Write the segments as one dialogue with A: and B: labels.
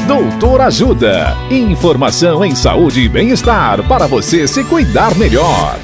A: Doutor Ajuda. Informação em saúde e bem-estar para você se cuidar melhor.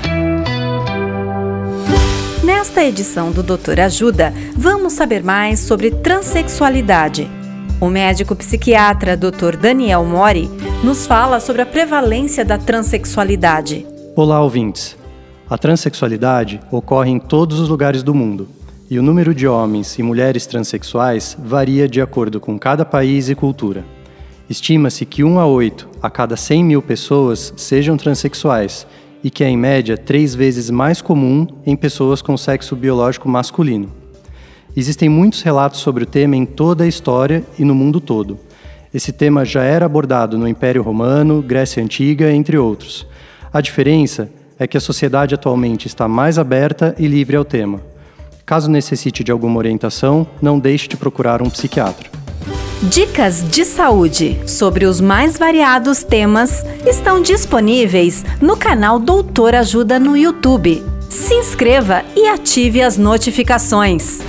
B: Nesta edição do Doutor Ajuda, vamos saber mais sobre transexualidade. O médico psiquiatra Dr. Daniel Mori nos fala sobre a prevalência da transexualidade.
C: Olá, ouvintes. A transexualidade ocorre em todos os lugares do mundo, e o número de homens e mulheres transexuais varia de acordo com cada país e cultura. Estima-se que 1 a 8 a cada 100 mil pessoas sejam transexuais, e que é, em média, 3 vezes mais comum em pessoas com sexo biológico masculino. Existem muitos relatos sobre o tema em toda a história e no mundo todo. Esse tema já era abordado no Império Romano, Grécia Antiga, entre outros. A diferença é que a sociedade atualmente está mais aberta e livre ao tema. Caso necessite de alguma orientação, não deixe de procurar um psiquiatra.
B: Dicas de saúde sobre os mais variados temas estão disponíveis no canal Doutor Ajuda no YouTube. Se inscreva e ative as notificações.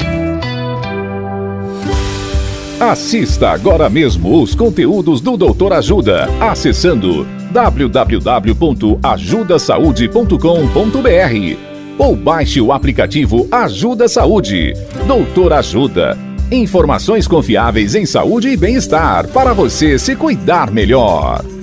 A: Assista agora mesmo os conteúdos do Doutor Ajuda, acessando www.ajudasaude.com.br ou baixe o aplicativo Ajuda Saúde. Doutor Ajuda. Informações confiáveis em saúde e bem-estar para você se cuidar melhor.